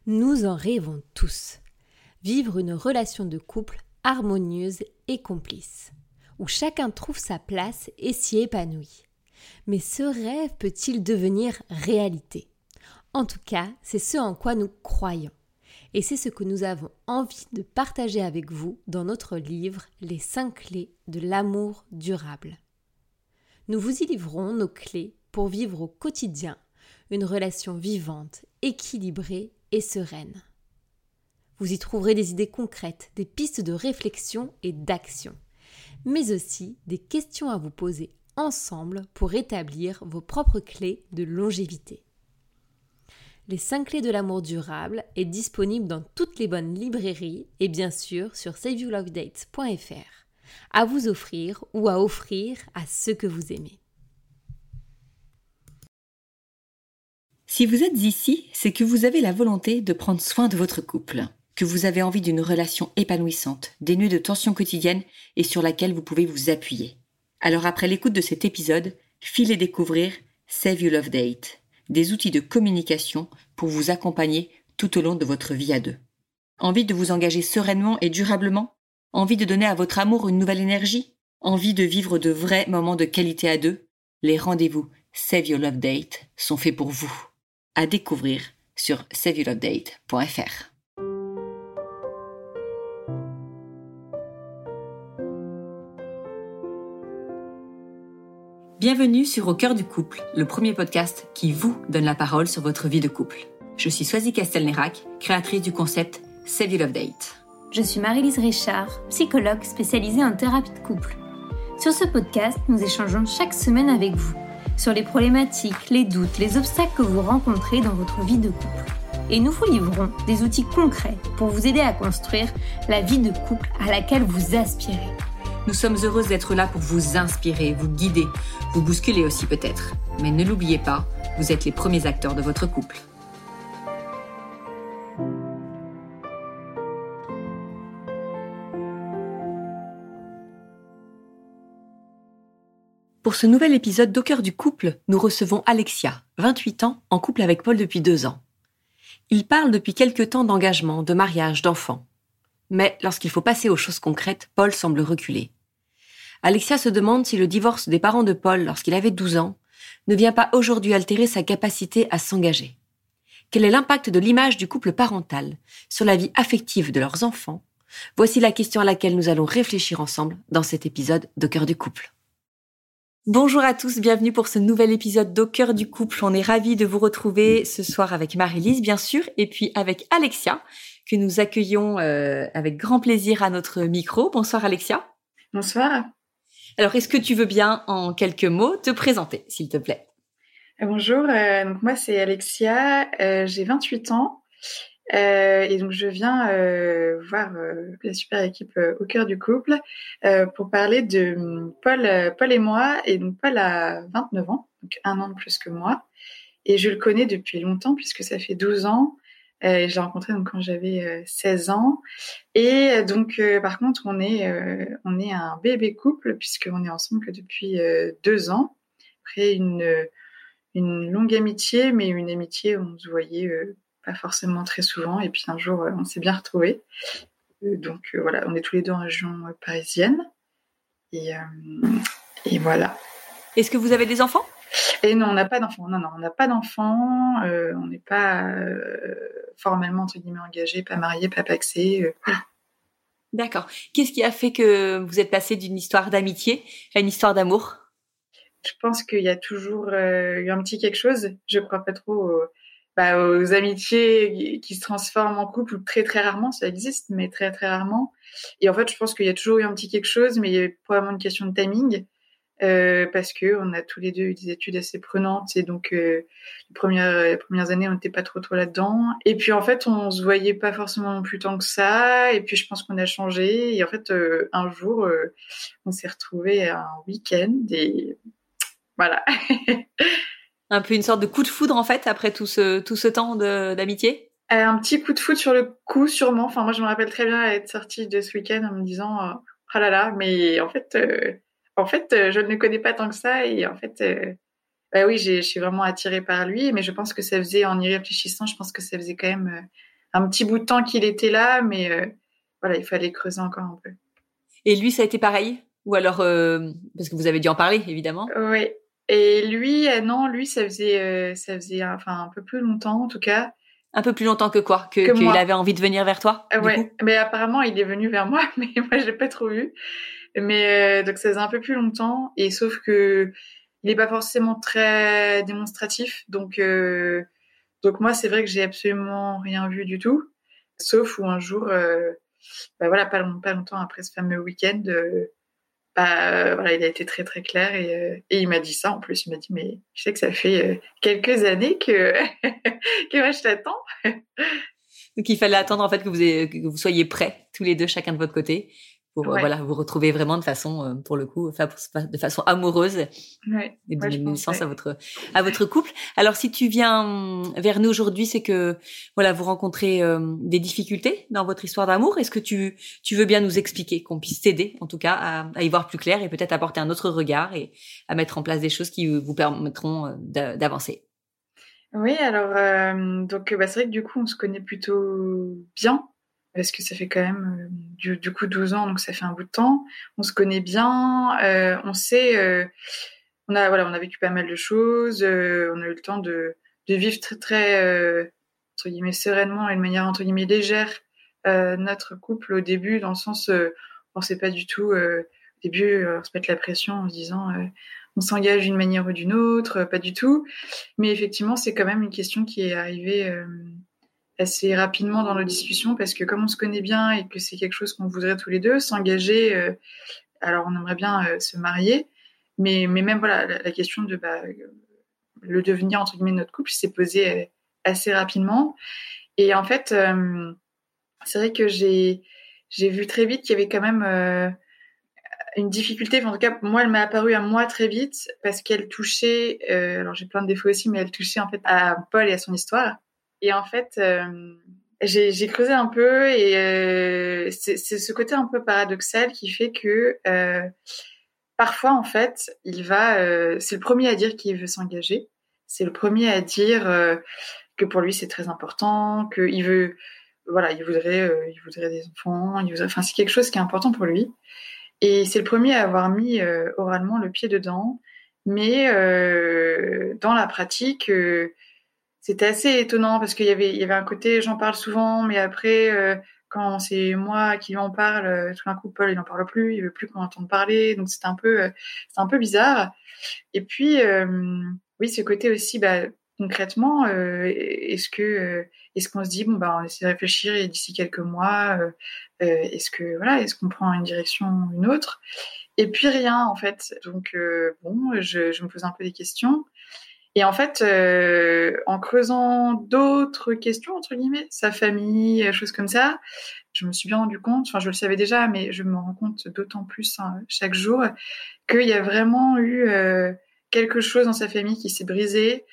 Nous en rêvons tous. Vivre une relation de couple harmonieuse et complice, où chacun trouve sa place et s'y épanouit. Mais ce rêve peut-il devenir réalité ? En tout cas, c'est ce en quoi nous croyons. Et c'est ce que nous avons envie de partager avec vous dans notre livre « Les 5 clés de l'amour durable ». Nous vous y livrons nos clés pour vivre au quotidien une relation vivante, équilibrée et sereine. Vous y trouverez des idées concrètes, des pistes de réflexion et d'action, mais aussi des questions à vous poser ensemble pour établir vos propres clés de longévité. Les 5 clés de l'amour durable est disponible dans toutes les bonnes librairies et bien sûr sur saveyoulovedates.fr, à vous offrir ou à offrir à ceux que vous aimez. Si vous êtes ici, c'est que vous avez la volonté de prendre soin de votre couple, que vous avez envie d'une relation épanouissante, dénuée de tensions quotidiennes et sur laquelle vous pouvez vous appuyer. Alors après l'écoute de cet épisode, filez découvrir Save Your Love Date, des outils de communication pour vous accompagner tout au long de votre vie à deux. Envie de vous engager sereinement et durablement ? Envie de donner à votre amour une nouvelle énergie ? Envie de vivre de vrais moments de qualité à deux ? Les rendez-vous Save Your Love Date sont faits pour vous. À découvrir sur saveyoulovedate.fr. Bienvenue sur Au cœur du couple, le premier podcast qui vous donne la parole sur votre vie de couple. Je suis Swazi Castelnerac, créatrice du concept Save Your Love Date. Je suis Marie-Lise Richard, psychologue spécialisée en thérapie de couple. Sur ce podcast, nous échangeons chaque semaine avec vous sur les problématiques, les doutes, les obstacles que vous rencontrez dans votre vie de couple. Et nous vous livrons des outils concrets pour vous aider à construire la vie de couple à laquelle vous aspirez. Nous sommes heureuses d'être là pour vous inspirer, vous guider, vous bousculer aussi peut-être. Mais ne l'oubliez pas, vous êtes les premiers acteurs de votre couple. Pour ce nouvel épisode d'Au cœur du couple, nous recevons Alexia, 28 ans, en couple avec Paul depuis 2 ans. Ils parlent depuis quelque temps d'engagement, de mariage, d'enfants. Mais lorsqu'il faut passer aux choses concrètes, Paul semble reculer. Alexia se demande si le divorce des parents de Paul lorsqu'il avait 12 ans ne vient pas aujourd'hui altérer sa capacité à s'engager. Quel est l'impact de l'image du couple parental sur la vie affective de leurs enfants ? Voici la question à laquelle nous allons réfléchir ensemble dans cet épisode d'Au cœur du couple. Bonjour à tous, bienvenue pour ce nouvel épisode d'Au cœur du couple. On est ravis de vous retrouver ce soir avec Marie-Lise, bien sûr, et puis avec Alexia, que nous accueillons avec grand plaisir à notre micro. Bonsoir Alexia. Bonsoir. Alors, est-ce que tu veux bien, en quelques mots, te présenter, s'il te plaît ? Bonjour, donc moi c'est Alexia, j'ai 28 ans et donc je viens voir la super équipe Au cœur du couple pour parler de Paul et moi. Et donc Paul a 29 ans, donc 1 an de plus que moi, et je le connais depuis longtemps puisque ça fait 12 ans. Je l'ai rencontré donc quand j'avais 16 ans. Et donc par contre on est un bébé couple puisqu'on est ensemble que depuis 2 ans. Après une longue amitié, mais une amitié où on se voyait pas forcément très souvent. Et puis un jour on s'est bien retrouvés. Donc voilà, on est tous les deux en région parisienne. Et voilà. Est-ce que vous avez des enfants ? Et non, on n'a pas d'enfants. Non, on n'a pas d'enfants. On n'est pas formellement, entre guillemets, engagés, pas mariés, pas pacsés. Voilà. D'accord. Qu'est-ce qui a fait que vous êtes passé d'une histoire d'amitié à une histoire d'amour ? Je pense qu'il y a toujours eu un petit quelque chose. Je crois pas trop aux amitiés qui se transforment en couple. Très, très rarement, ça existe, mais très, très rarement. Et en fait, je pense qu'il y a toujours eu un petit quelque chose, mais il y a probablement une question de timing. Parce que on a tous les deux eu des études assez prenantes et donc les premières années on n'était pas trop là-dedans, et puis en fait on se voyait pas forcément non plus tant que ça, et puis je pense qu'on a changé, et en fait un jour on s'est retrouvés un week-end et voilà. Un peu une sorte de coup de foudre en fait après tout ce temps d'amitié. Un petit coup de foudre sur le coup sûrement. Enfin moi je me rappelle très bien être sortie de ce week-end en me disant ah là là, mais en fait je ne le connais pas tant que ça, et en fait bah oui, je suis vraiment attirée par lui, mais je pense que ça faisait, en y réfléchissant, je pense que ça faisait quand même un petit bout de temps qu'il était là, mais voilà, il fallait creuser encore un peu. Et lui, ça a été pareil? Ou alors, parce que vous avez dû en parler, évidemment. Oui. Et lui, non, lui, ça faisait enfin, un peu plus longtemps, en tout cas. Un peu plus longtemps que quoi? Que Qu'il moi. avait envie de venir vers toi, du Ouais. coup? Mais apparemment, il est venu vers moi, mais moi, j'ai pas trop vu. Mais donc, ça faisait un peu plus longtemps. Et sauf que il est pas forcément très démonstratif. Donc moi, c'est vrai que j'ai absolument rien vu du tout. Sauf où un jour, bah voilà, pas longtemps après ce fameux week-end, voilà, il a été très très clair et il m'a dit ça en plus. Il m'a dit mais je sais que ça fait quelques années que que moi je t'attends. Donc, il fallait attendre, en fait, que vous soyez prêts, tous les deux, chacun de votre côté, pour, Ouais. voilà, vous retrouver vraiment de façon, pour le coup, de façon amoureuse. Ouais. Et donner naissance ouais. à votre couple. Alors, si tu viens vers nous aujourd'hui, c'est que, voilà, vous rencontrez des difficultés dans votre histoire d'amour. Est-ce que tu veux bien nous expliquer, qu'on puisse t'aider, en tout cas, à y voir plus clair et peut-être apporter un autre regard et à mettre en place des choses qui vous permettront d'avancer? Oui, alors donc bah, c'est vrai que du coup on se connaît plutôt bien parce que ça fait quand même du coup 12 ans, donc ça fait un bout de temps. On se connaît bien, on sait, on a vécu pas mal de choses, on a eu le temps de vivre très très entre guillemets sereinement et de manière entre guillemets légère notre couple au début, dans le sens on sait pas du tout au début se mettre la pression en se disant on s'engage d'une manière ou d'une autre, pas du tout. Mais effectivement, c'est quand même une question qui est arrivée assez rapidement dans nos discussions parce que comme on se connaît bien et que c'est quelque chose qu'on voudrait tous les deux, s'engager, alors on aimerait bien se marier, mais même voilà, la question de le devenir entre guillemets de notre couple s'est posée assez rapidement. Et en fait, c'est vrai que j'ai vu très vite qu'il y avait quand même une difficulté, enfin, en tout cas, moi, elle m'est apparue à moi très vite parce qu'elle touchait, alors j'ai plein de défauts aussi, mais elle touchait en fait à Paul et à son histoire. Et en fait, j'ai creusé un peu et c'est ce côté un peu paradoxal qui fait que parfois, en fait, c'est le premier à dire qu'il veut s'engager. C'est le premier à dire que pour lui c'est très important, qu'il veut, voilà, il voudrait des enfants, enfin c'est quelque chose qui est important pour lui. Et c'est le premier à avoir mis oralement le pied dedans. Mais dans la pratique, c'était assez étonnant parce qu'il y avait un côté, j'en parle souvent, mais après, quand c'est moi qui en parle, tout d'un coup, Paul, il n'en parle plus, il veut plus qu'on entende parler. Donc c'était un peu bizarre. Et puis, oui, ce côté aussi, concrètement, est-ce qu'on se dit, bon, on essaie de réfléchir et d'ici quelques mois, est-ce qu'on prend une direction ou une autre? Et puis rien, en fait. Donc, je me pose un peu des questions. Et en fait, en creusant d'autres questions, entre guillemets, sa famille, choses comme ça, je me suis bien rendu compte, enfin je le savais déjà, mais je me rends compte d'autant plus chaque jour, qu'il y a vraiment eu quelque chose dans sa famille qui s'est brisé.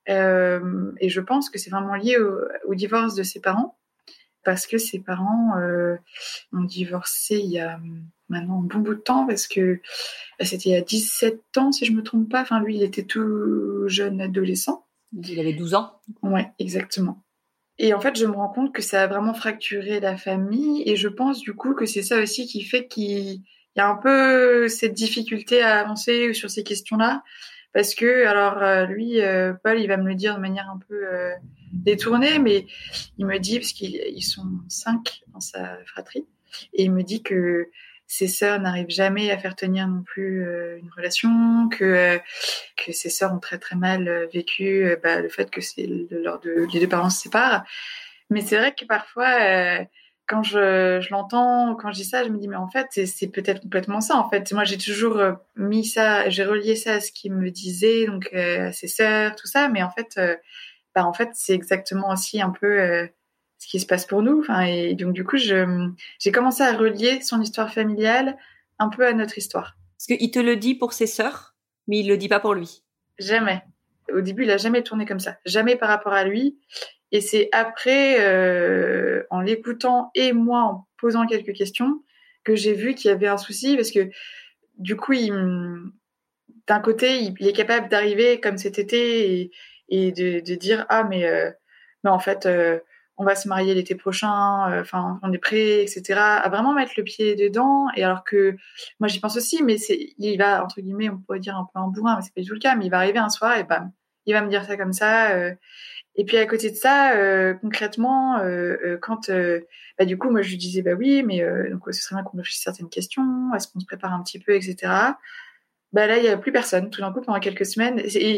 Et je pense que c'est vraiment lié au divorce de ses parents, parce que ses parents ont divorcé il y a maintenant un bon bout de temps, parce que c'était il y a 17 ans, si je me trompe pas. Enfin, lui, il était tout jeune adolescent. Il avait 12 ans. Ouais, exactement. Et en fait, je me rends compte que ça a vraiment fracturé la famille, et je pense du coup que c'est ça aussi qui fait qu'il y a un peu cette difficulté à avancer sur ces questions-là, parce que, alors lui, Paul, il va me le dire de manière un peu détournée, mais il me dit, parce qu'ils sont 5 dans sa fratrie, et il me dit que ses sœurs n'arrivent jamais à faire tenir non plus une relation, que ses sœurs ont très très mal vécu le fait que les deux parents se séparent. Mais c'est vrai que parfois, quand je l'entends, quand je dis ça, je me dis mais en fait c'est peut-être complètement ça. En fait, moi j'ai toujours mis ça, j'ai relié ça à ce qu'il me disait, donc à ses sœurs, tout ça. Mais en fait, c'est exactement aussi un peu ce qui se passe pour nous. Enfin, et donc du coup, j'ai commencé à relier son histoire familiale un peu à notre histoire. Parce qu'il te le dit pour ses sœurs, mais il le dit pas pour lui. Jamais. Au début, il a jamais tourné comme ça. Jamais par rapport à lui. Et c'est après, en l'écoutant et moi en posant quelques questions, que j'ai vu qu'il y avait un souci, parce que du coup, d'un côté, il est capable d'arriver comme cet été et de dire mais en fait, on va se marier l'été prochain, enfin, on est prêt, etc. À vraiment mettre le pied dedans. Et alors que moi, j'y pense aussi, mais il va, entre guillemets, on pourrait dire un peu un bourrin, mais c'est pas du tout le cas, mais il va arriver un soir et bam, il va me dire ça comme ça. Et puis à côté de ça, concrètement, quand du coup, moi je lui disais bah oui, mais donc ce serait bien qu'on réfléchisse à certaines questions, est-ce qu'on se prépare un petit peu, etc. Bah là, il y a plus personne. Tout d'un coup, pendant quelques semaines,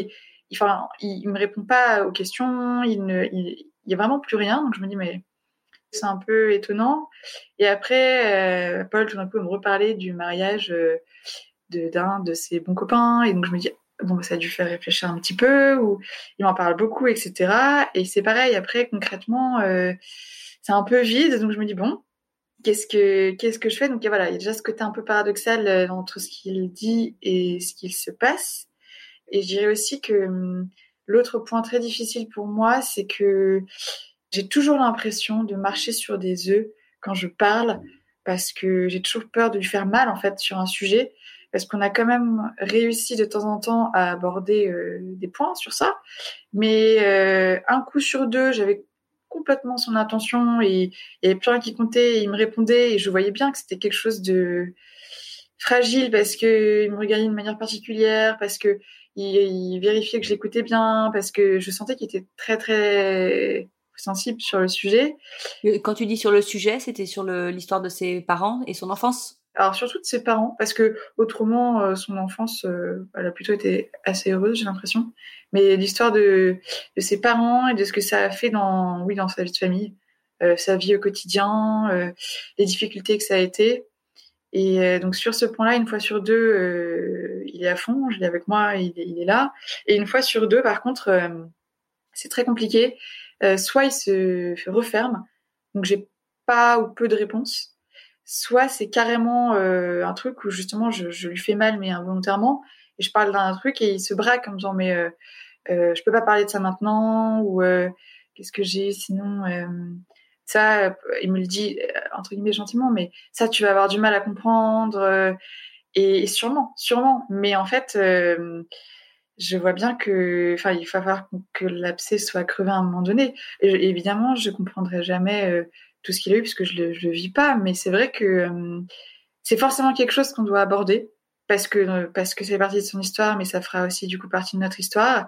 il me répond pas aux questions, il y a vraiment plus rien. Donc je me dis mais c'est un peu étonnant. Et après, Paul tout d'un coup me reparlait du mariage d'un de ses bons copains, et donc je me dis bon, ça a dû faire réfléchir un petit peu, ou il m'en parle beaucoup, etc. Et c'est pareil, après, concrètement, c'est un peu vide, donc je me dis, bon, qu'est-ce que je fais? Donc voilà, il y a déjà ce côté un peu paradoxal entre ce qu'il dit et ce qu'il se passe. Et je dirais aussi que l'autre point très difficile pour moi, c'est que j'ai toujours l'impression de marcher sur des œufs quand je parle, parce que j'ai toujours peur de lui faire mal, en fait, sur un sujet. Parce qu'on a quand même réussi de temps en temps à aborder des points sur ça. Mais un coup sur deux, j'avais complètement son attention et il y avait plus rien qui comptait. Et il me répondait et je voyais bien que c'était quelque chose de fragile parce qu'il me regardait d'une manière particulière, parce que il vérifiait que je l'écoutais bien, parce que je sentais qu'il était très, très sensible sur le sujet. Quand tu dis sur le sujet, c'était sur l'histoire de ses parents et son enfance? Alors surtout de ses parents, parce que autrement son enfance, elle a plutôt été assez heureuse, j'ai l'impression. Mais l'histoire de ses parents et de ce que ça a fait dans sa vie de famille, sa vie au quotidien, les difficultés que ça a été. Et donc sur ce point-là, une fois sur deux, il est à fond, je l'ai avec moi, il est là. Et une fois sur deux, par contre, c'est très compliqué. Soit il se referme, donc j'ai pas ou peu de réponses. Soit c'est carrément un truc où justement je lui fais mal mais involontairement, et je parle d'un truc et il se braque en me disant mais je peux pas parler de ça maintenant, ou qu'est-ce que j'ai sinon, ça il me le dit entre guillemets gentiment, mais ça tu vas avoir du mal à comprendre, et sûrement mais en fait je vois bien que il va falloir que l'abcès soit crevé à un moment donné, et évidemment je comprendrai jamais tout ce qu'il a eu, puisque je le vis pas, mais c'est vrai que c'est forcément quelque chose qu'on doit aborder, parce que ça fait partie de son histoire, mais ça fera aussi du coup partie de notre histoire.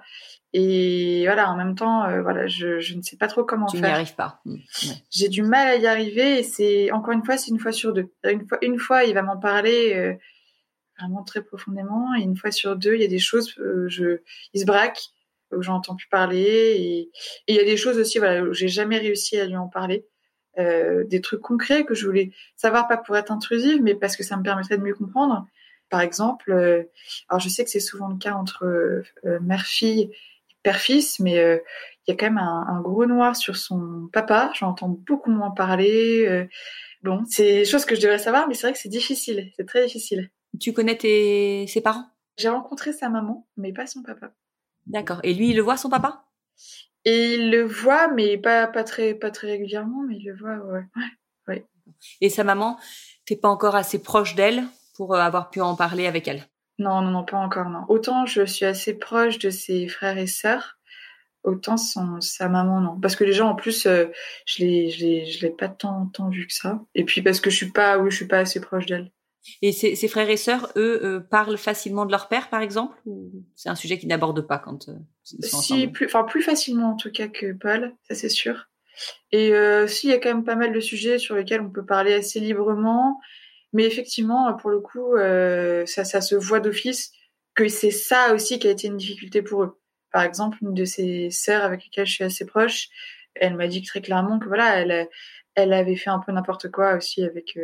Et voilà, en même temps, je ne sais pas trop comment faire. Tu n'y arrives pas. Ouais. J'ai du mal à y arriver, et c'est encore une fois, c'est une fois sur deux. Une fois il va m'en parler vraiment très profondément, et une fois sur deux, il y a des choses, il se braque, où j'entends plus parler, et il y a des choses aussi, où j'ai jamais réussi à lui en parler. Des trucs concrets que je voulais savoir, pas pour être intrusive, mais parce que ça me permettrait de mieux comprendre. Par exemple, alors je sais que c'est souvent le cas entre mère-fille, père-fils, mais il y a quand même un gros noir sur son papa. J'entends beaucoup moins parler. Bon, c'est des choses que je devrais savoir, mais c'est vrai que c'est difficile, c'est très difficile. Tu connais ses parents? J'ai rencontré sa maman, mais pas son papa. D'accord. Et lui, il le voit, son papa? Et il le voit, mais pas très régulièrement, mais il le voit, ouais. Et sa maman, t'es pas encore assez proche d'elle pour avoir pu en parler avec elle? Non, pas encore, non. Autant je suis assez proche de ses frères et sœurs, autant sa maman, non. Parce que les gens, en plus, je l'ai pas tant vu que ça. Et puis parce que je suis pas assez proche d'elle. Et ses frères et sœurs, eux, parlent facilement de leur père, par exemple, ou c'est un sujet qu'ils n'abordent pas quand ils sont ensemble? Plus facilement en tout cas que Paul, ça c'est sûr. Et si, il y a quand même pas mal de sujets sur lesquels on peut parler assez librement, mais effectivement, pour le coup, ça se voit d'office que c'est ça aussi qui a été une difficulté pour eux. Par exemple, une de ses sœurs avec lesquelles je suis assez proche, elle m'a dit très clairement que voilà, elle avait fait un peu n'importe quoi aussi avec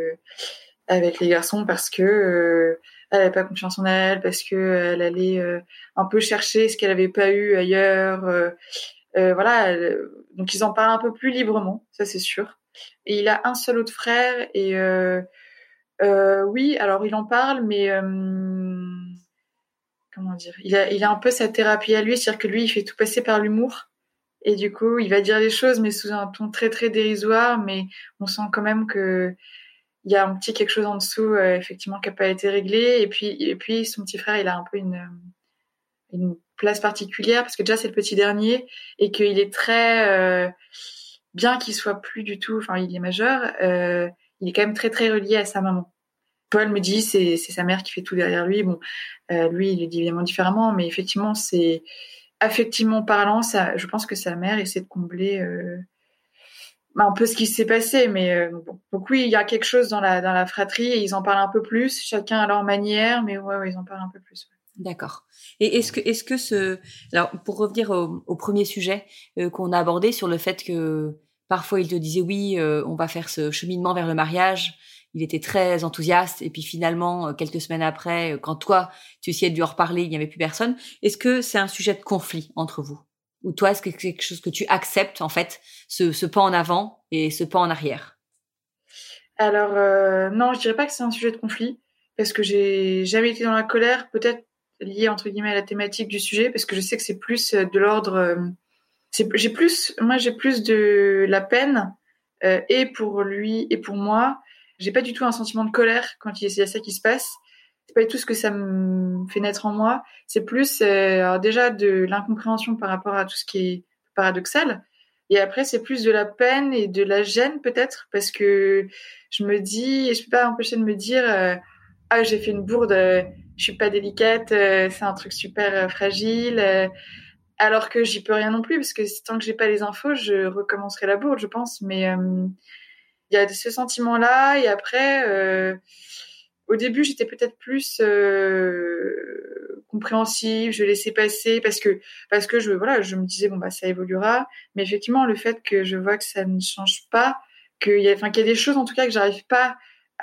les garçons, parce que elle avait pas confiance en elle, parce que elle allait un peu chercher ce qu'elle avait pas eu ailleurs. Voilà, donc ils en parlent un peu plus librement, ça c'est sûr. Et il a un seul autre frère, et oui, alors il en parle, mais comment dire, il a un peu sa thérapie à lui, c'est-à-dire que lui, il fait tout passer par l'humour. Et du coup, il va dire les choses, mais sous un ton très, très dérisoire, mais on sent quand même que il y a un petit quelque chose en dessous, effectivement, qui n'a pas été réglé. Et puis, son petit frère, il a un peu une place particulière parce que déjà, c'est le petit dernier et qu'il est très, bien qu'il soit plus du tout, enfin, il est majeur, il est quand même très, très relié à sa maman. Paul me dit, c'est sa mère qui fait tout derrière lui. Bon, lui, il le dit évidemment différemment, mais effectivement, c'est affectivement parlant, ça, je pense que sa mère essaie de combler un peu ce qui s'est passé, mais bon. Donc oui, il y a quelque chose dans la fratrie et ils en parlent un peu plus, chacun à leur manière, mais ouais, ils en parlent un peu plus. Ouais. D'accord. Et est-ce que alors pour revenir au premier sujet qu'on a abordé sur le fait que parfois il te disait oui, on va faire ce cheminement vers le mariage, il était très enthousiaste et puis finalement quelques semaines après, quand toi tu essayais de lui en reparler, il n'y avait plus personne. Est-ce que c'est un sujet de conflit entre vous? Ou toi, est-ce que c'est quelque chose que tu acceptes en fait, ce pas en avant et ce pas en arrière? Alors non, je dirais pas que c'est un sujet de conflit parce que j'ai jamais été dans la colère, peut-être lié entre guillemets à la thématique du sujet, parce que je sais que c'est plus de l'ordre. J'ai plus de la peine et pour lui et pour moi. J'ai pas du tout un sentiment de colère quand il y a ça qui se passe. C'est pas du tout ce que ça me fait naître en moi. C'est plus alors déjà de l'incompréhension par rapport à tout ce qui est paradoxal. Et après, c'est plus de la peine et de la gêne peut-être parce que je me dis, et je peux pas empêcher de me dire, ah j'ai fait une bourde, je suis pas délicate, c'est un truc super fragile. Alors que j'y peux rien non plus, parce que tant que j'ai pas les infos, je recommencerai la bourde, je pense. Mais il y a ce sentiment-là, et après, au début, j'étais peut-être plus compréhensive, je laissais passer, parce que je me disais bon bah ça évoluera. Mais effectivement, le fait que je vois que ça ne change pas, qu'il y a des choses en tout cas que j'arrive pas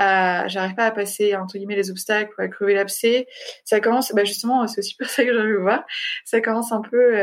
à passer entre guillemets les obstacles ou à crever l'abcès. Ça commence, justement, c'est aussi pour ça que j'ai envie de voir. Ça commence un peu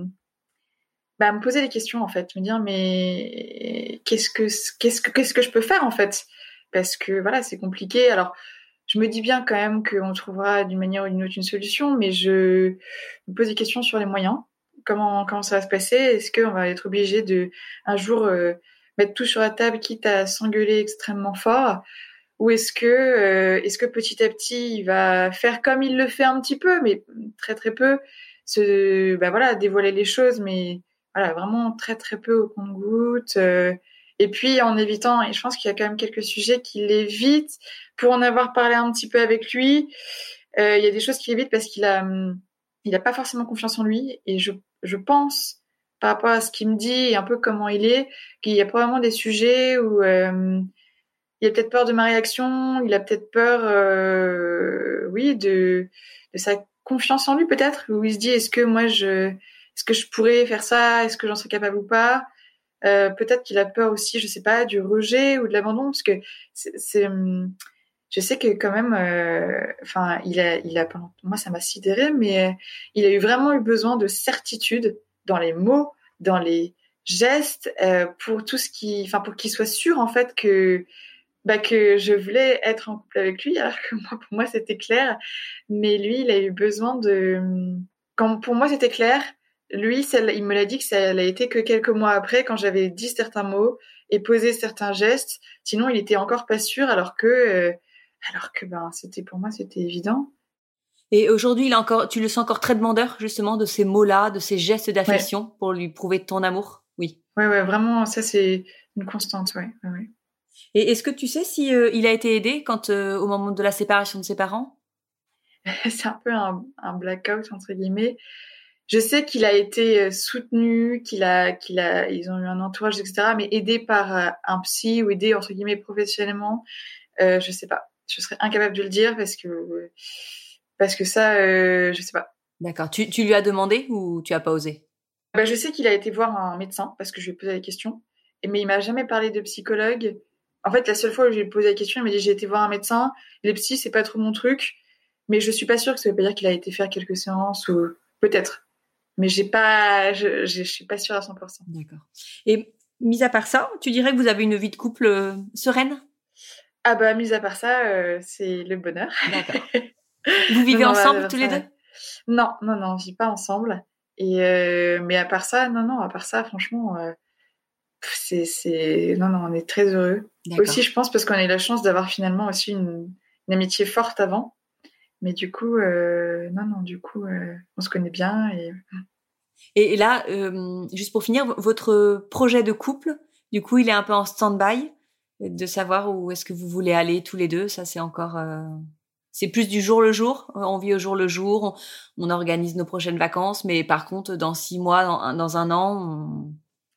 à me poser des questions en fait, me dire mais qu'est-ce que je peux faire en fait, parce que voilà c'est compliqué. Alors je me dis bien quand même qu'on trouvera d'une manière ou d'une autre une solution, mais je me pose des questions sur les moyens. Comment ça va se passer? Est-ce qu'on va être obligé de un jour mettre tout sur la table, quitte à s'engueuler extrêmement fort? Ou est-ce que petit à petit il va faire comme il le fait un petit peu, mais très très peu, dévoiler les choses, mais voilà vraiment très très peu au compte-gouttes. Et puis en évitant, et je pense qu'il y a quand même quelques sujets qu'il évite pour en avoir parlé un petit peu avec lui. Il y a des choses qu'il évite parce qu'il a pas forcément confiance en lui, et je pense par rapport à ce qu'il me dit et un peu comment il est, qu'il y a probablement des sujets où il a peut-être peur de ma réaction, il a peut-être peur, de sa confiance en lui peut-être, où il se dit est-ce que je pourrais faire ça, est-ce que j'en serais capable ou pas. Peut-être qu'il a peur aussi, je sais pas, du rejet ou de l'abandon, parce que je sais que quand même, il a pendant moi ça m'a sidéré, mais il a vraiment eu besoin de certitude dans les mots, dans les gestes, pour tout ce pour qu'il soit sûr en fait que je voulais être en couple avec lui, alors que pour moi, c'était clair. Mais lui, il a eu besoin quand pour moi, c'était clair. Lui, il me l'a dit que ça l'a été que quelques mois après, quand j'avais dit certains mots et posé certains gestes. Sinon, il était encore pas sûr, alors que c'était, pour moi, c'était évident. Et aujourd'hui, tu le sens encore très demandeur, justement, de ces mots-là, de ces gestes d'affection, ouais. pour lui prouver ton amour? Oui. Ouais, vraiment, ça, c'est une constante, ouais. Et est-ce que tu sais si il a été aidé au moment de la séparation de ses parents? C'est un peu un blackout entre guillemets. Je sais qu'il a été soutenu, ils ont eu un entourage, etc. Mais aidé par un psy ou aidé entre guillemets professionnellement, je sais pas. Je serais incapable de le dire parce que ça, je sais pas. D'accord. Tu lui as demandé ou tu as pas osé? Je sais qu'il a été voir un médecin parce que je lui ai posé la question, mais il m'a jamais parlé de psychologue. En fait, la seule fois où je lui ai posé la question, il m'a dit j'ai été voir un médecin. Les psys, c'est pas trop mon truc, mais je suis pas sûre que ça veut pas dire qu'il a été faire quelques séances ou peut-être. Mais je suis pas sûre à 100%. D'accord. Et mis à part ça, tu dirais que vous avez une vie de couple sereine? Ah mis à part ça, c'est le bonheur. D'accord. Vous vivez ensemble tous les deux? Non, on vit pas ensemble. Et mais à part ça, franchement, Non, on est très heureux. D'accord. Aussi, je pense, parce qu'on a eu la chance d'avoir finalement aussi une amitié forte avant. Mais du coup, on se connaît bien. Et là, juste pour finir, votre projet de couple, du coup, il est un peu en stand-by, de savoir où est-ce que vous voulez aller tous les deux. Ça, c'est encore... C'est plus du jour le jour. On vit au jour le jour. On organise nos prochaines vacances. Mais par contre, dans 6 mois, dans un an...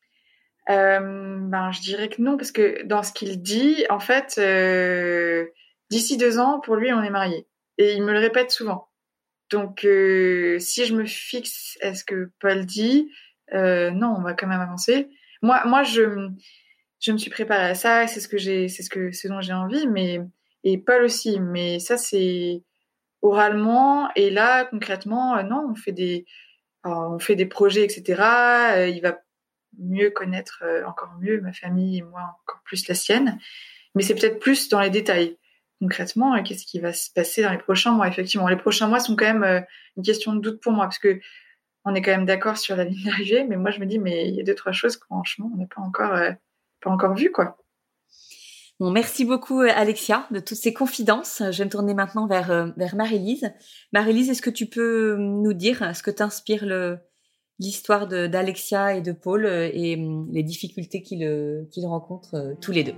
Je dirais que non, parce que dans ce qu'il dit, en fait, d'ici 2 ans, pour lui, on est mariés. Et il me le répète souvent. Donc, si je me fixe à ce que Paul dit, non, on va quand même avancer. Moi, je me suis préparée à ça, c'est ce dont j'ai envie, et Paul aussi. Mais ça, c'est oralement. Et là, concrètement, non, on fait des projets, etc. Il va mieux connaître encore mieux ma famille et moi encore plus la sienne. Mais c'est peut-être plus dans les détails. Concrètement, qu'est-ce qui va se passer dans les prochains mois? Effectivement, les prochains mois sont quand même une question de doute pour moi, parce que on est quand même d'accord sur la ligne d'arrivée, mais moi je me dis, mais il y a 2-3 choses que franchement on n'a pas encore vues, quoi. Bon, merci beaucoup Alexia de toutes ces confidences. Je vais me tourner maintenant vers Marie-Lise. Marie-Lise, est-ce que tu peux nous dire ce que t'inspire l'histoire d'Alexia et de Paul et les difficultés qu'ils rencontrent tous les deux?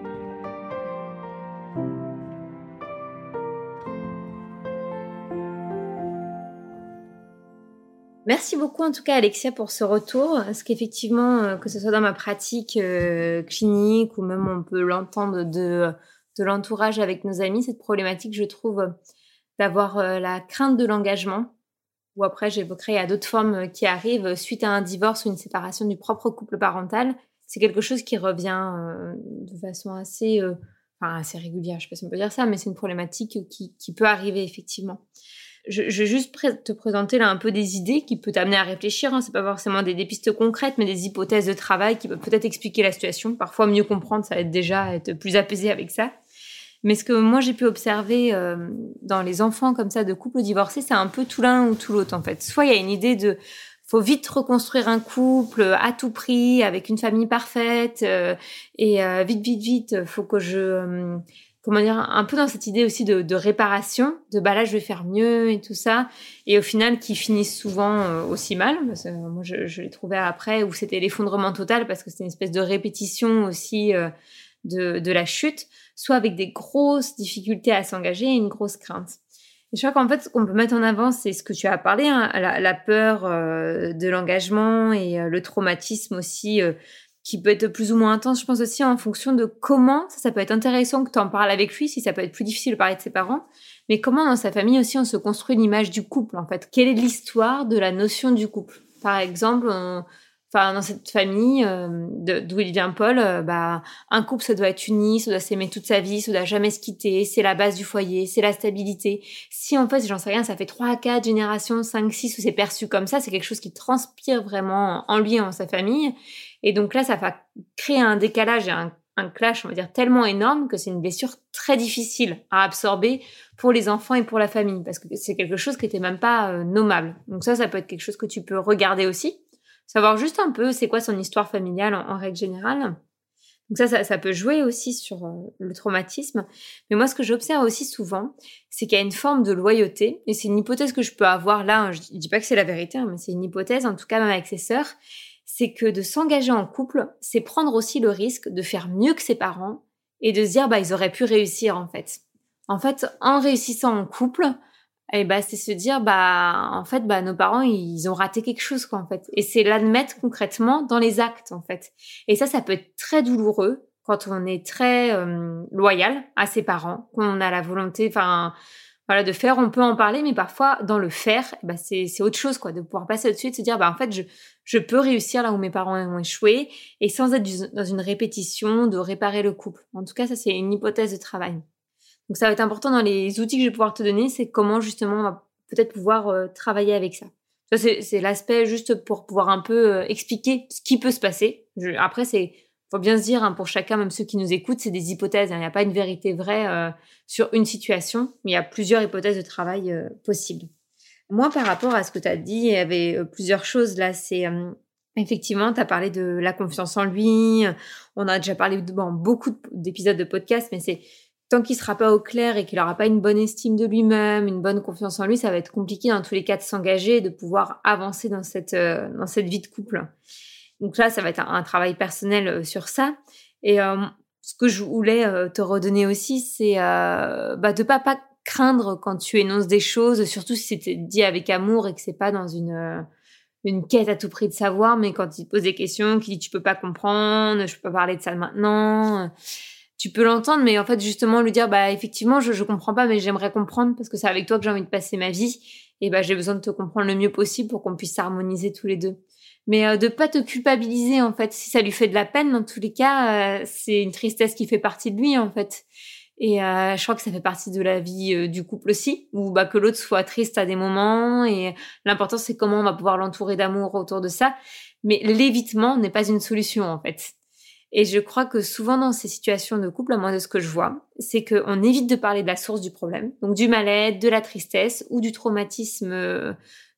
Merci beaucoup en tout cas Alexia pour ce retour, parce qu'effectivement, que ce soit dans ma pratique clinique ou même on peut l'entendre de l'entourage avec nos amis, cette problématique, je trouve, d'avoir la crainte de l'engagement, ou après j'évoquerai, il y a d'autres formes qui arrivent suite à un divorce ou une séparation du propre couple parental. C'est quelque chose qui revient de façon assez régulière, je sais pas si on peut dire ça, mais c'est une problématique qui peut arriver effectivement. Je vais juste te présenter là un peu des idées qui peuvent t'amener à réfléchir. C'est pas forcément des pistes concrètes, mais des hypothèses de travail qui peuvent peut-être expliquer la situation. Parfois, mieux comprendre, ça aide déjà à être plus apaisé avec ça. Mais ce que moi, j'ai pu observer dans les enfants comme ça de couples divorcés, c'est un peu tout l'un ou tout l'autre en fait. Soit il y a une idée de faut vite reconstruire un couple à tout prix, avec une famille parfaite, et vite, faut que je... un peu dans cette idée aussi de réparation, là je vais faire mieux et tout ça, et au final qui finissent souvent aussi mal. Parce que, moi je l'ai trouvé après où c'était l'effondrement total parce que c'était une espèce de répétition aussi de la chute, soit avec des grosses difficultés à s'engager et une grosse crainte. Et je crois qu'en fait ce qu'on peut mettre en avant, c'est ce que tu as parlé, hein, la peur de l'engagement et le traumatisme aussi, qui peut être plus ou moins intense, je pense aussi en fonction de comment, ça peut être intéressant que tu en parles avec lui, si ça peut être plus difficile de parler de ses parents, mais comment dans sa famille aussi on se construit une image du couple en fait. Quelle est l'histoire de la notion du couple? Par exemple, dans cette famille d'où il vient Paul, un couple ça doit être uni, ça doit s'aimer toute sa vie, ça doit jamais se quitter, c'est la base du foyer, c'est la stabilité. Si en fait, j'en sais rien, ça fait 3, 4 générations, 5, 6 où c'est perçu comme ça, c'est quelque chose qui transpire vraiment en lui et en sa famille. Et donc là, ça va créer un décalage et un clash, on va dire, tellement énorme que c'est une blessure très difficile à absorber pour les enfants et pour la famille, parce que c'est quelque chose qui n'était même pas nommable. Donc ça peut être quelque chose que tu peux regarder aussi, savoir juste un peu c'est quoi son histoire familiale en règle générale. Donc ça peut jouer aussi sur le traumatisme. Mais moi, ce que j'observe aussi souvent, c'est qu'il y a une forme de loyauté, et c'est une hypothèse que je peux avoir là, hein, je dis pas que c'est la vérité, hein, mais c'est une hypothèse, en tout cas même avec ses sœurs, c'est que de s'engager en couple, c'est prendre aussi le risque de faire mieux que ses parents et de se dire, ils auraient pu réussir, en fait. En fait, en réussissant en couple, c'est se dire, nos parents, ils ont raté quelque chose, quoi, en fait. Et c'est l'admettre concrètement dans les actes, en fait. Et ça peut être très douloureux quand on est très loyal à ses parents, qu'on a la volonté, de faire, on peut en parler, mais parfois, dans le faire, c'est autre chose, quoi, de pouvoir passer au-dessus et de se dire, en fait, je peux réussir là où mes parents ont échoué, et sans être dans une répétition de réparer le couple. En tout cas, ça, c'est une hypothèse de travail. Donc, ça va être important dans les outils que je vais pouvoir te donner, c'est comment, justement, on va peut-être pouvoir travailler avec ça. Ça, c'est l'aspect juste pour pouvoir un peu expliquer ce qui peut se passer. Après, faut bien se dire, hein, pour chacun, même ceux qui nous écoutent, c'est des hypothèses. Il n'y a pas une vérité vraie sur une situation, mais il y a plusieurs hypothèses de travail possibles. Moi, par rapport à ce que tu as dit, il y avait plusieurs choses là. C'est Effectivement, tu as parlé de la confiance en lui. On a déjà parlé dans beaucoup d'épisodes de podcast, mais c'est tant qu'il sera pas au clair et qu'il aura pas une bonne estime de lui-même, une bonne confiance en lui, ça va être compliqué dans tous les cas de s'engager et de pouvoir avancer dans cette vie de couple. Donc là, ça va être un travail personnel sur ça. Et ce que je voulais te redonner aussi, c'est de pas craindre quand tu énonces des choses, surtout si c'était dit avec amour et que c'est pas dans une quête à tout prix de savoir, mais quand il te pose des questions, qu'il dit tu peux pas comprendre, je peux pas parler de ça maintenant, tu peux l'entendre, mais en fait justement lui dire effectivement je comprends pas, mais j'aimerais comprendre parce que c'est avec toi que j'ai envie de passer ma vie et j'ai besoin de te comprendre le mieux possible pour qu'on puisse s'harmoniser tous les deux. Mais de pas te culpabiliser en fait, si ça lui fait de la peine dans tous les cas, c'est une tristesse qui fait partie de lui en fait. Et je crois que ça fait partie de la vie du couple aussi, où que l'autre soit triste à des moments. Et l'important, c'est comment on va pouvoir l'entourer d'amour autour de ça. Mais l'évitement n'est pas une solution, en fait. Et je crois que souvent dans ces situations de couple, à moins de ce que je vois, c'est qu'on évite de parler de la source du problème, donc du mal-être, de la tristesse ou du traumatisme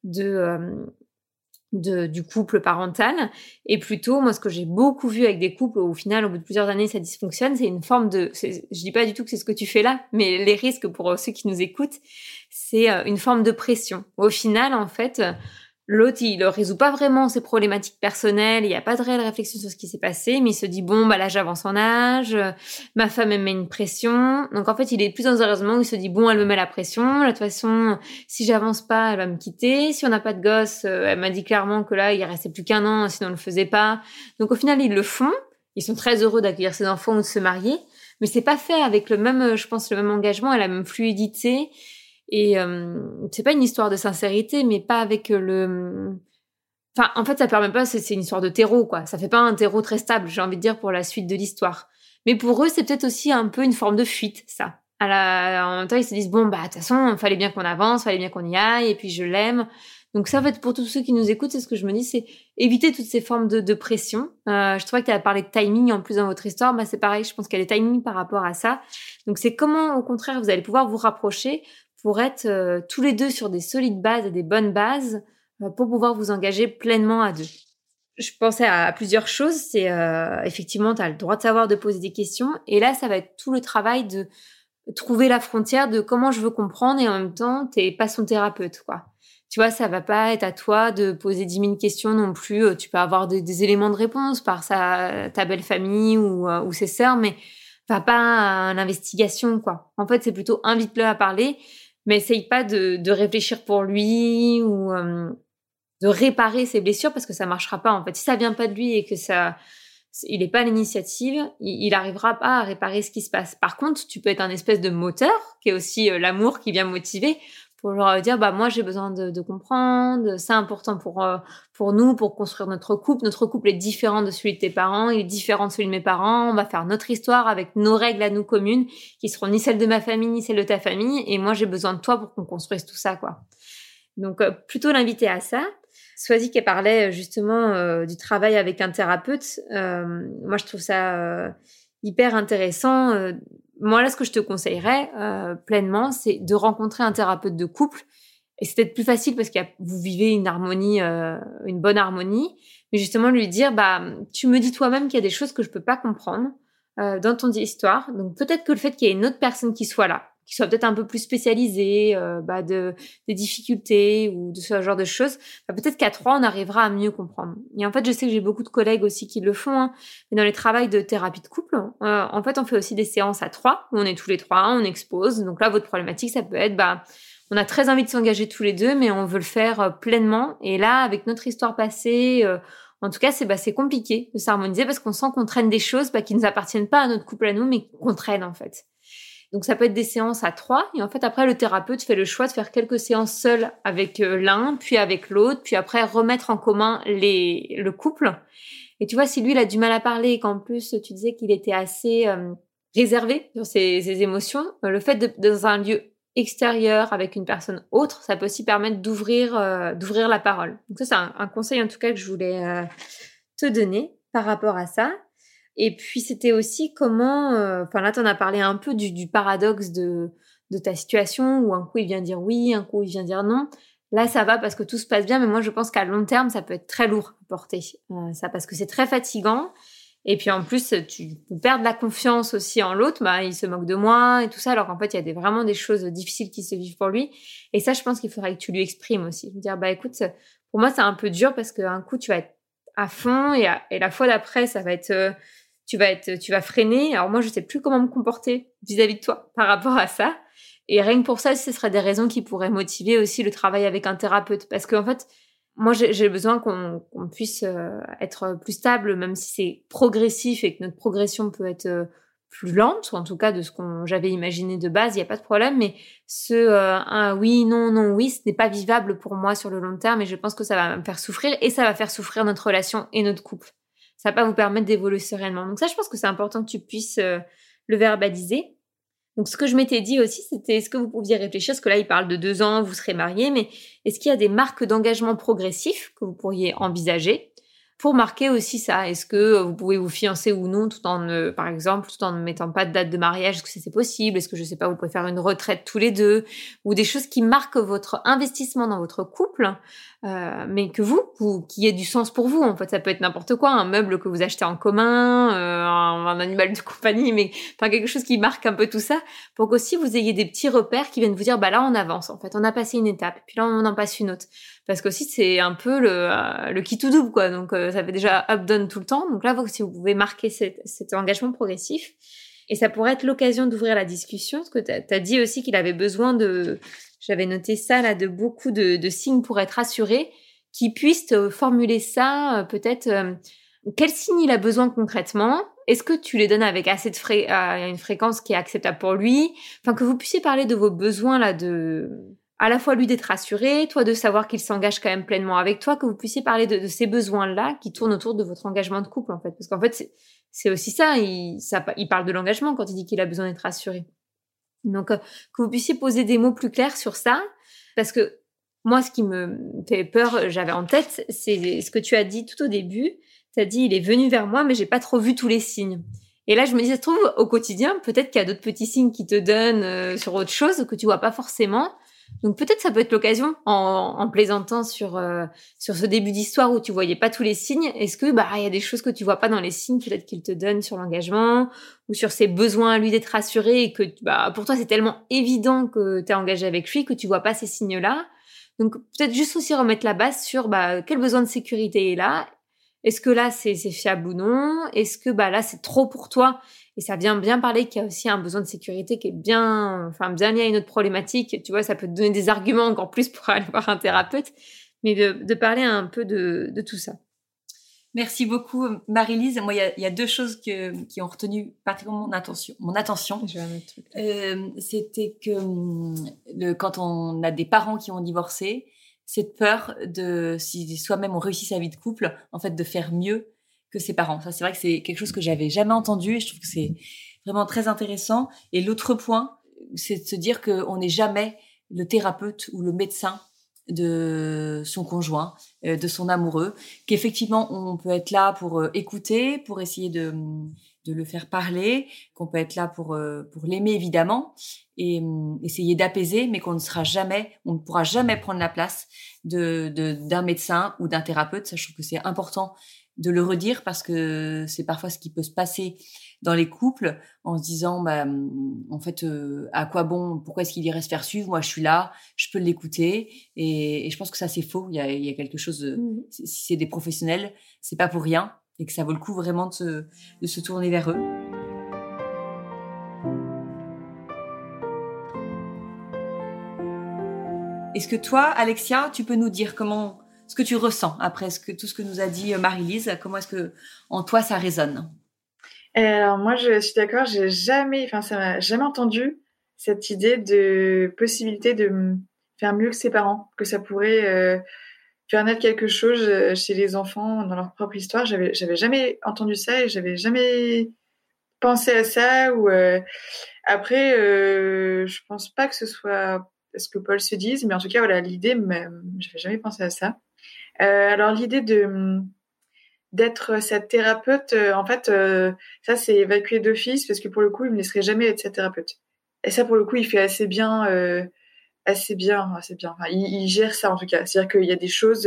du couple parental. Et plutôt, moi, ce que j'ai beaucoup vu avec des couples où, au final, au bout de plusieurs années, ça dysfonctionne, c'est une forme je dis pas du tout que c'est ce que tu fais là, mais les risques pour ceux qui nous écoutent, c'est une forme de pression. Au final, en fait, l'autre, il ne résout pas vraiment ses problématiques personnelles, il n'y a pas de réelle réflexion sur ce qui s'est passé, mais il se dit, bon, là, j'avance en âge, ma femme, elle met une pression. Donc, en fait, il est plus dans un raisonnement où il se dit, bon, elle me met la pression, de toute façon, si j'avance pas, elle va me quitter. Si on n'a pas de gosse, elle m'a dit clairement que là, il restait plus qu'un an, sinon on le faisait pas. Donc, au final, ils le font. Ils sont très heureux d'accueillir ses enfants ou de se marier, mais c'est pas fait avec le même engagement et la même fluidité. Et c'est pas une histoire de sincérité, mais pas avec en fait, ça permet pas, c'est une histoire de terreau, quoi. Ça fait pas un terreau très stable, j'ai envie de dire, pour la suite de l'histoire. Mais pour eux, c'est peut-être aussi un peu une forme de fuite, ça. En même temps, ils se disent, bon, de toute façon, il fallait bien qu'on avance, fallait bien qu'on y aille, et puis je l'aime. Donc ça, en fait, pour tous ceux qui nous écoutent, c'est ce que je me dis, c'est éviter toutes ces formes de pression. Je trouvais que tu as parlé de timing en plus dans votre histoire. C'est pareil, je pense qu'il y a des timings par rapport à ça. Donc c'est comment, au contraire, vous allez pouvoir vous rapprocher pour être tous les deux sur des solides bases et des bonnes bases pour pouvoir vous engager pleinement à deux. Je pensais à plusieurs choses. C'est effectivement, tu as le droit de savoir, de poser des questions. Et là, ça va être tout le travail de trouver la frontière de comment je veux comprendre et en même temps, t'es pas son thérapeute, quoi. Tu vois, ça va pas être à toi de poser 10 000 questions non plus. Tu peux avoir des éléments de réponse par ta belle famille ou ses sœurs, mais va pas à l'investigation, quoi. En fait, c'est plutôt invite-le à parler, mais essaye pas de réfléchir pour lui ou de réparer ses blessures parce que ça marchera pas, en fait. Si ça vient pas de lui et que il n'est pas à l'initiative, il arrivera pas à réparer ce qui se passe. Par contre, tu peux être un espèce de moteur, qui est aussi l'amour qui vient motiver, pour leur dire, moi, j'ai besoin de comprendre, c'est important pour nous, pour construire notre couple. Notre couple est différent de celui de tes parents, il est différent de celui de mes parents, on va faire notre histoire avec nos règles à nous communes, qui seront ni celles de ma famille, ni celles de ta famille, et moi, j'ai besoin de toi pour qu'on construise tout ça, quoi. Donc, plutôt l'inviter à ça. Swazik, elle parlait justement du travail avec un thérapeute. Moi, je trouve ça hyper intéressant. Moi, là, ce que je te conseillerais pleinement, c'est de rencontrer un thérapeute de couple. Et c'est peut-être plus facile parce que vous vivez une harmonie, une bonne harmonie. Mais justement, lui dire, tu me dis toi-même qu'il y a des choses que je peux pas comprendre dans ton histoire. Donc, peut-être que le fait qu'il y ait une autre personne qui soit là, qui soit peut-être un peu plus spécialisée des difficultés ou de ce genre de choses, peut-être qu'à 3, on arrivera à mieux comprendre. Et en fait, je sais que j'ai beaucoup de collègues aussi qui le font, mais dans les travails de thérapie de couple, en fait, on fait aussi des séances à 3, où on est tous les 3, on expose. Donc là, votre problématique, ça peut être, on a très envie de s'engager tous les deux, mais on veut le faire pleinement. Et là, avec notre histoire passée, en tout cas, c'est compliqué de s'harmoniser parce qu'on sent qu'on traîne des choses qui ne nous appartiennent pas à notre couple à nous, mais qu'on traîne, en fait. Donc, ça peut être des séances à 3. Et en fait, après, le thérapeute fait le choix de faire quelques séances seules avec l'un, puis avec l'autre, puis après, remettre en commun le couple. Et tu vois, si lui, il a du mal à parler et qu'en plus, tu disais qu'il était assez réservé sur ses émotions, le fait dans un lieu extérieur avec une personne autre, ça peut aussi permettre d'ouvrir la parole. Donc ça, c'est un conseil en tout cas que je voulais te donner par rapport à ça. Et puis, c'était aussi comment... là, tu en as parlé un peu du paradoxe de ta situation où un coup, il vient dire oui, un coup, il vient dire non. là, ça va parce que tout se passe bien, mais moi, je pense qu'à long terme, ça peut être très lourd à porter. Ça, parce que c'est très fatigant. Et puis, en plus, tu peux perdre la confiance aussi en l'autre. Il se moque de moi et tout ça. Alors qu'en fait, il y a vraiment des choses difficiles qui se vivent pour lui. Et ça, je pense qu'il faudrait que tu lui exprimes aussi. Lui dire, écoute, pour moi, c'est un peu dur parce qu'un coup, tu vas être à fond et la fois d'après, ça va être, tu vas freiner. Alors moi, je sais plus comment me comporter vis-à-vis de toi par rapport à ça. Et rien que pour ça, ce seraient des raisons qui pourraient motiver aussi le travail avec un thérapeute. Parce qu'en fait, moi, j'ai besoin qu'on puisse être plus stable, même si c'est progressif et que notre progression peut être plus lente, ou en tout cas de ce j'avais imaginé de base, il n'y a pas de problème. Mais un oui, non, non, oui, ce n'est pas vivable pour moi sur le long terme et je pense que ça va me faire souffrir et ça va faire souffrir notre relation et notre couple. Ça va pas vous permettre d'évoluer sereinement. Donc ça, je pense que c'est important que tu puisses le verbaliser. Donc, ce que je m'étais dit aussi, c'était est-ce que vous pouviez réfléchir, parce que là, il parle de 2 ans, vous serez mariés, mais est-ce qu'il y a des marques d'engagement progressif que vous pourriez envisager pour marquer aussi ça? Est-ce que vous pouvez vous fiancer ou non, par exemple, tout en ne mettant pas de date de mariage? Est-ce que c'est possible? Est-ce que, je sais pas, vous pouvez faire une retraite tous les deux? Ou des choses qui marquent votre investissement dans votre couple, mais que qui ait du sens pour vous. En fait, ça peut être n'importe quoi, un meuble que vous achetez en commun, un animal de compagnie, mais enfin quelque chose qui marque un peu tout ça, pour qu'aussi vous ayez des petits repères qui viennent vous dire, là on avance, en fait, on a passé une étape, puis là on en passe une autre. Parce qu'aussi c'est un peu le qui tout double, quoi. Donc ça fait déjà up-down tout le temps. Donc là, si vous pouvez marquer cet engagement progressif, et ça pourrait être l'occasion d'ouvrir la discussion, parce que t'as dit aussi qu'il avait besoin j'avais noté ça là, de beaucoup de signes pour être rassuré, qui puissent formuler ça, peut-être quel signe il a besoin concrètement. Est-ce que tu les donnes avec assez de une fréquence qui est acceptable pour lui? Enfin, que vous puissiez parler de vos besoins là, à la fois lui d'être rassuré, toi de savoir qu'il s'engage quand même pleinement avec toi, que vous puissiez parler de ces besoins-là qui tournent autour de votre engagement de couple, en fait. Parce qu'en fait, c'est aussi ça, il parle de l'engagement quand il dit qu'il a besoin d'être rassuré. Donc, que vous puissiez poser des mots plus clairs sur ça, parce que moi, ce qui me fait peur, j'avais en tête, c'est ce que tu as dit tout au début. Tu as dit, il est venu vers moi, mais j'ai pas trop vu tous les signes. Et là, je me dis, ça se trouve, au quotidien, peut-être qu'il y a d'autres petits signes qui te donnent sur autre chose que tu vois pas forcément. Donc peut-être ça peut être l'occasion, en plaisantant sur ce début d'histoire où tu voyais pas tous les signes, est-ce que il y a des choses que tu vois pas dans les signes peut-être qu'il te donne sur l'engagement ou sur ses besoins à lui d'être rassuré et que pour toi c'est tellement évident que tu es engagé avec lui que tu vois pas ces signes-là. Donc peut-être juste aussi remettre la base sur quel besoin de sécurité est là. Est-ce que là c'est fiable ou non? Est-ce que là c'est trop pour toi? Et ça vient bien parler qu'il y a aussi un besoin de sécurité qui est bien lié à une autre problématique. Tu vois, ça peut te donner des arguments encore plus pour aller voir un thérapeute, mais de parler un peu de tout ça. Merci beaucoup, Marie-Lise. Moi, il y a 2 choses qui ont retenu particulièrement mon attention. Je vais un autre truc. C'était que quand on a des parents qui ont divorcé, cette peur si soi-même on réussit sa vie de couple, en fait, de faire mieux que ses parents. Ça, c'est vrai que c'est quelque chose que j'avais jamais entendu et je trouve que c'est vraiment très intéressant. Et l'autre point, c'est de se dire qu'on n'est jamais le thérapeute ou le médecin de son conjoint, de son amoureux, qu'effectivement, on peut être là pour écouter, pour essayer de le faire parler, qu'on peut être là pour l'aimer, évidemment, et essayer d'apaiser, mais on ne pourra jamais prendre la place d'un médecin ou d'un thérapeute. Ça, je trouve que c'est important de le redire parce que c'est parfois ce qui peut se passer dans les couples en se disant en fait à quoi bon, pourquoi est-ce qu'il irait se faire suivre, moi je suis là, je peux l'écouter et je pense que ça c'est faux. Il y a quelque chose si c'est des professionnels, c'est pas pour rien et que ça vaut le coup vraiment de se tourner vers eux. Est-ce que toi, Alexia, tu peux nous dire ce que tu ressens après tout ce que nous a dit Marie-Lise? Comment est-ce que en toi ça résonne? Alors moi, je suis d'accord. Ça m'a jamais entendu cette idée de possibilité de faire mieux que ses parents, que ça pourrait faire naître quelque chose chez les enfants dans leur propre histoire. J'avais jamais entendu ça et j'avais jamais pensé à ça. Ou après, je pense pas que ce soit ce que Paul se dise, mais en tout cas, voilà, l'idée, j'avais jamais pensé à ça. Alors l'idée d'être cette thérapeute, en fait, ça c'est évacué d'office parce que pour le coup, il me laisserait jamais être cette thérapeute. Et ça, pour le coup, il fait assez bien assez bien. Enfin, il gère ça en tout cas. C'est-à-dire qu'il y a des choses,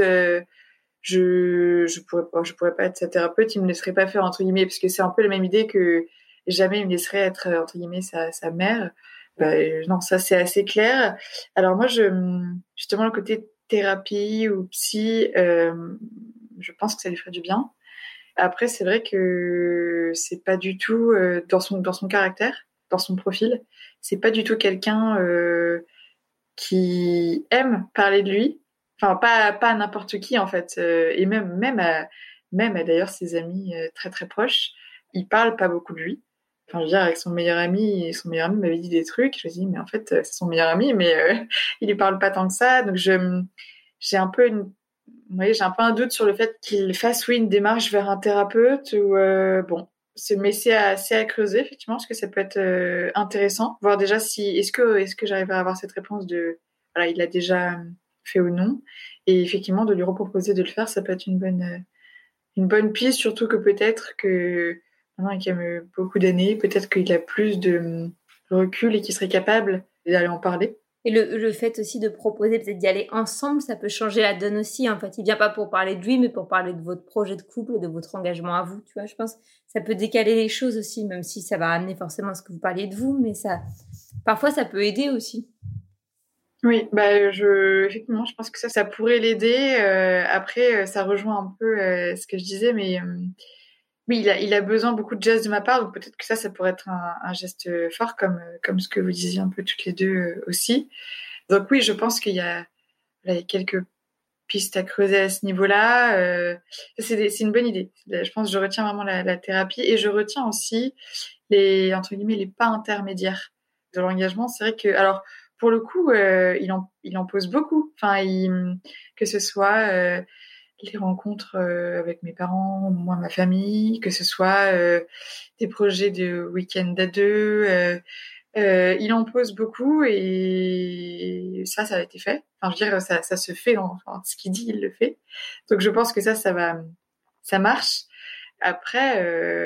je pourrais pas être sa thérapeute, il me laisserait pas faire entre guillemets, parce que c'est un peu la même idée que jamais il me laisserait être entre guillemets sa mère. Non, ça c'est assez clair. Alors moi, justement le côté thérapie ou psy, je pense que ça lui ferait du bien. Après, c'est vrai que c'est pas du tout dans son caractère, dans son profil. C'est pas du tout quelqu'un qui aime parler de lui. Enfin, pas à n'importe qui en fait. Et même à d'ailleurs ses amis très très proches, il parle pas beaucoup de lui. Enfin, je veux dire, avec son meilleur ami m'avait dit des trucs. Je me dis, mais en fait, c'est son meilleur ami, mais il lui parle pas tant que ça. Donc j'ai un peu j'ai un peu un doute sur le fait qu'il fasse, oui, une démarche vers un thérapeute ou bon. Mais c'est assez à creuser, effectivement, parce que ça peut être intéressant. Voir déjà si, est-ce que j'arrive à avoir cette réponse de, voilà, il l'a déjà fait ou non. Et effectivement, de lui reproposer de le faire, ça peut être une bonne piste, surtout que peut-être que, maintenant, il y a beaucoup d'années, peut-être qu'il a plus de recul et qu'il serait capable d'aller en parler. Et le fait aussi de proposer peut-être d'y aller ensemble, ça peut changer la donne aussi. En fait, il vient pas pour parler de lui, mais pour parler de votre projet de couple, de votre engagement à vous. Tu vois, je pense que ça peut décaler les choses aussi, même si ça va amener forcément à ce que vous parliez de vous, mais parfois ça peut aider aussi. Oui, effectivement, je pense que ça pourrait l'aider. Après, ça rejoint un peu ce que je disais, mais oui, il a besoin beaucoup de gestes de ma part, donc peut-être que ça pourrait être un geste fort, comme ce que vous disiez un peu toutes les deux aussi. Donc oui, je pense qu'il y a quelques pistes à creuser à ce niveau-là. C'est une bonne idée. Je pense que je retiens vraiment la thérapie et je retiens aussi entre guillemets, les pas intermédiaires de l'engagement. C'est vrai que, alors, pour le coup, il en pose beaucoup. Enfin, que ce soit les rencontres avec mes parents, moi, ma famille, que ce soit des projets de week-end à deux. Il en pose beaucoup et ça a été fait. Enfin, je veux dire, ça se fait. Enfin, ce qu'il dit, il le fait. Donc, je pense que ça marche. Après,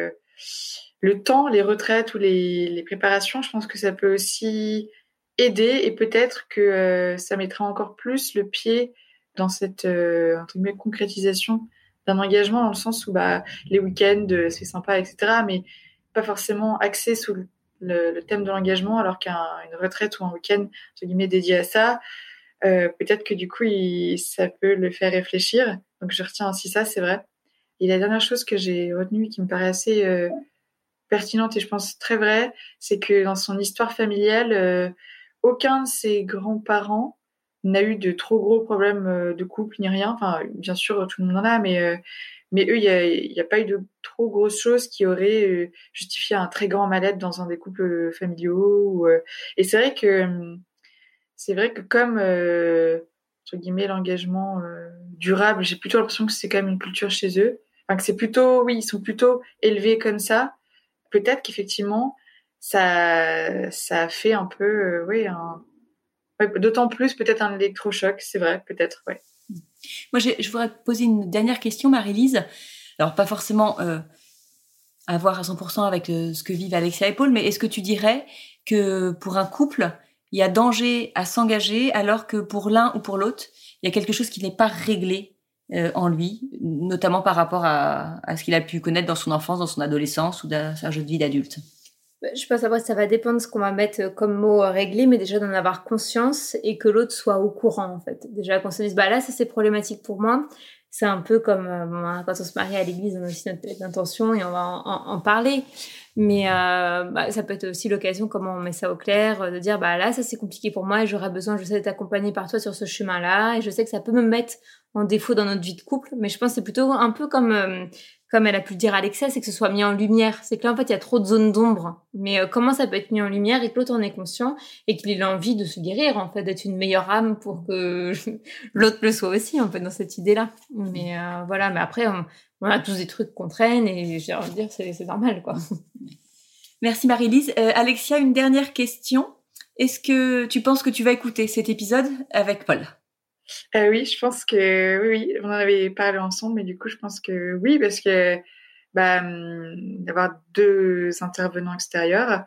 le temps, les retraites ou les préparations, je pense que ça peut aussi aider et peut-être que ça mettra encore plus le pied dans cette entre guillemets, concrétisation d'un engagement, dans le sens où les week-ends, c'est sympa, etc., mais pas forcément axé sous le thème de l'engagement, alors qu'une retraite ou un week-end entre guillemets, dédié à ça, peut-être que du coup, ça peut le faire réfléchir. Donc je retiens aussi ça, c'est vrai. Et la dernière chose que j'ai retenue qui me paraît assez pertinente et je pense très vraie, c'est que dans son histoire familiale, aucun de ses grands-parents n'a eu de trop gros problèmes de couple ni rien. Enfin, bien sûr, tout le monde en a, mais eux, il y a pas eu de trop grosses choses qui auraient justifié un très grand mal-être dans un des couples familiaux. Et c'est vrai que comme entre guillemets l'engagement durable, j'ai plutôt l'impression que c'est quand même une culture chez eux. Enfin, que c'est plutôt, oui, ils sont plutôt élevés comme ça. Peut-être qu'effectivement, ça a fait un peu, d'autant plus peut-être un électrochoc, c'est vrai, peut-être, ouais. Moi, je voudrais poser une dernière question, Marie-Lise. Alors, pas forcément à voir à 100% avec ce que vivent Alexia et Paul, mais est-ce que tu dirais que pour un couple, il y a danger à s'engager alors que pour l'un ou pour l'autre, il y a quelque chose qui n'est pas réglé en lui, notamment par rapport à ce qu'il a pu connaître dans son enfance, dans son adolescence ou dans sa jeune vie d'adulte? Je pense après ça va dépendre de ce qu'on va mettre comme mot réglé, mais déjà d'en avoir conscience et que l'autre soit au courant en fait. Déjà qu'on se dise là ça c'est problématique pour moi. C'est un peu comme quand on se marie à l'église, on a aussi notre lettre d'intention et on va en parler. Mais ça peut être aussi l'occasion, comment on met ça au clair, de dire là ça c'est compliqué pour moi et j'aurais besoin, je sais, d'être accompagnée par toi sur ce chemin-là et je sais que ça peut me mettre en défaut dans notre vie de couple. Mais je pense que c'est plutôt un peu comme elle a pu le dire Alexia, c'est que ce soit mis en lumière. C'est que là, en fait, il y a trop de zones d'ombre. Mais comment ça peut être mis en lumière et que l'autre en est conscient et qu'il ait envie de se guérir, en fait, d'être une meilleure âme pour que l'autre le soit aussi, en fait, dans cette idée-là. Mais voilà, mais après, on a tous des trucs qu'on traîne et j'ai envie de dire, c'est normal, quoi. Merci Marie-Lise. Alexia, une dernière question. Est-ce que tu penses que tu vas écouter cet épisode avec Paul ? Oui, je pense que oui, on en avait parlé ensemble, mais du coup, je pense que oui, parce que d'avoir deux intervenants extérieurs,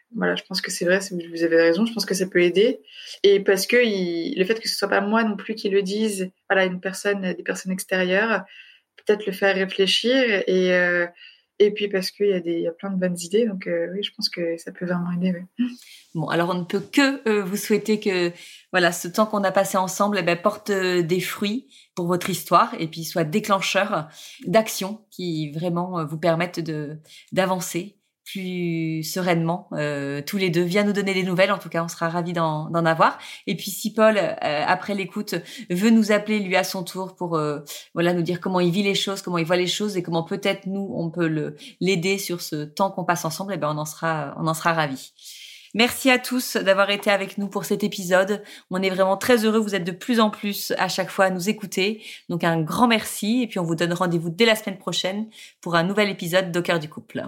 voilà, je pense que c'est vrai, vous avez raison, je pense que ça peut aider. Et parce que le fait que ce soit pas moi non plus qui le dise, voilà, des personnes extérieures, peut-être le faire réfléchir et puis parce qu'il y a plein de bonnes idées, donc oui, je pense que ça peut vraiment aider. Ouais. Bon, alors on ne peut que vous souhaiter que voilà, ce temps qu'on a passé ensemble porte des fruits pour votre histoire et puis soit déclencheur d'actions qui vraiment vous permettent d'avancer plus sereinement tous les deux. Viens nous donner des nouvelles, en tout cas on sera ravis d'en avoir. Et puis si Paul après l'écoute veut nous appeler lui à son tour pour nous dire comment il vit les choses, comment il voit les choses et comment peut-être nous on peut l'aider sur ce temps qu'on passe ensemble, on en sera ravis. Merci à tous d'avoir été avec nous pour cet épisode. On est vraiment très heureux. Vous êtes de plus en plus à chaque fois à nous écouter. Donc un grand merci. Et puis on vous donne rendez-vous dès la semaine prochaine pour un nouvel épisode d'Au cœur du couple.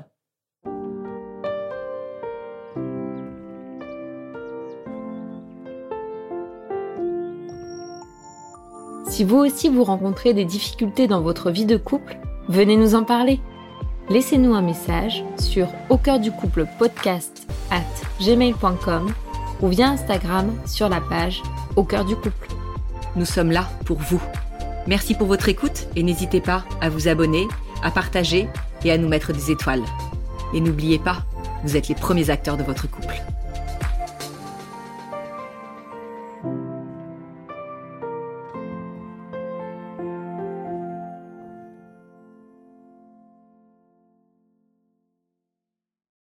Si vous aussi vous rencontrez des difficultés dans votre vie de couple, venez nous en parler. Laissez-nous un message sur aucoeurducouplepodcast@gmail.com ou via Instagram sur la page Au cœur du couple. Nous sommes là pour vous. Merci pour votre écoute et n'hésitez pas à vous abonner, à partager et à nous mettre des étoiles. Et n'oubliez pas, vous êtes les premiers acteurs de votre couple.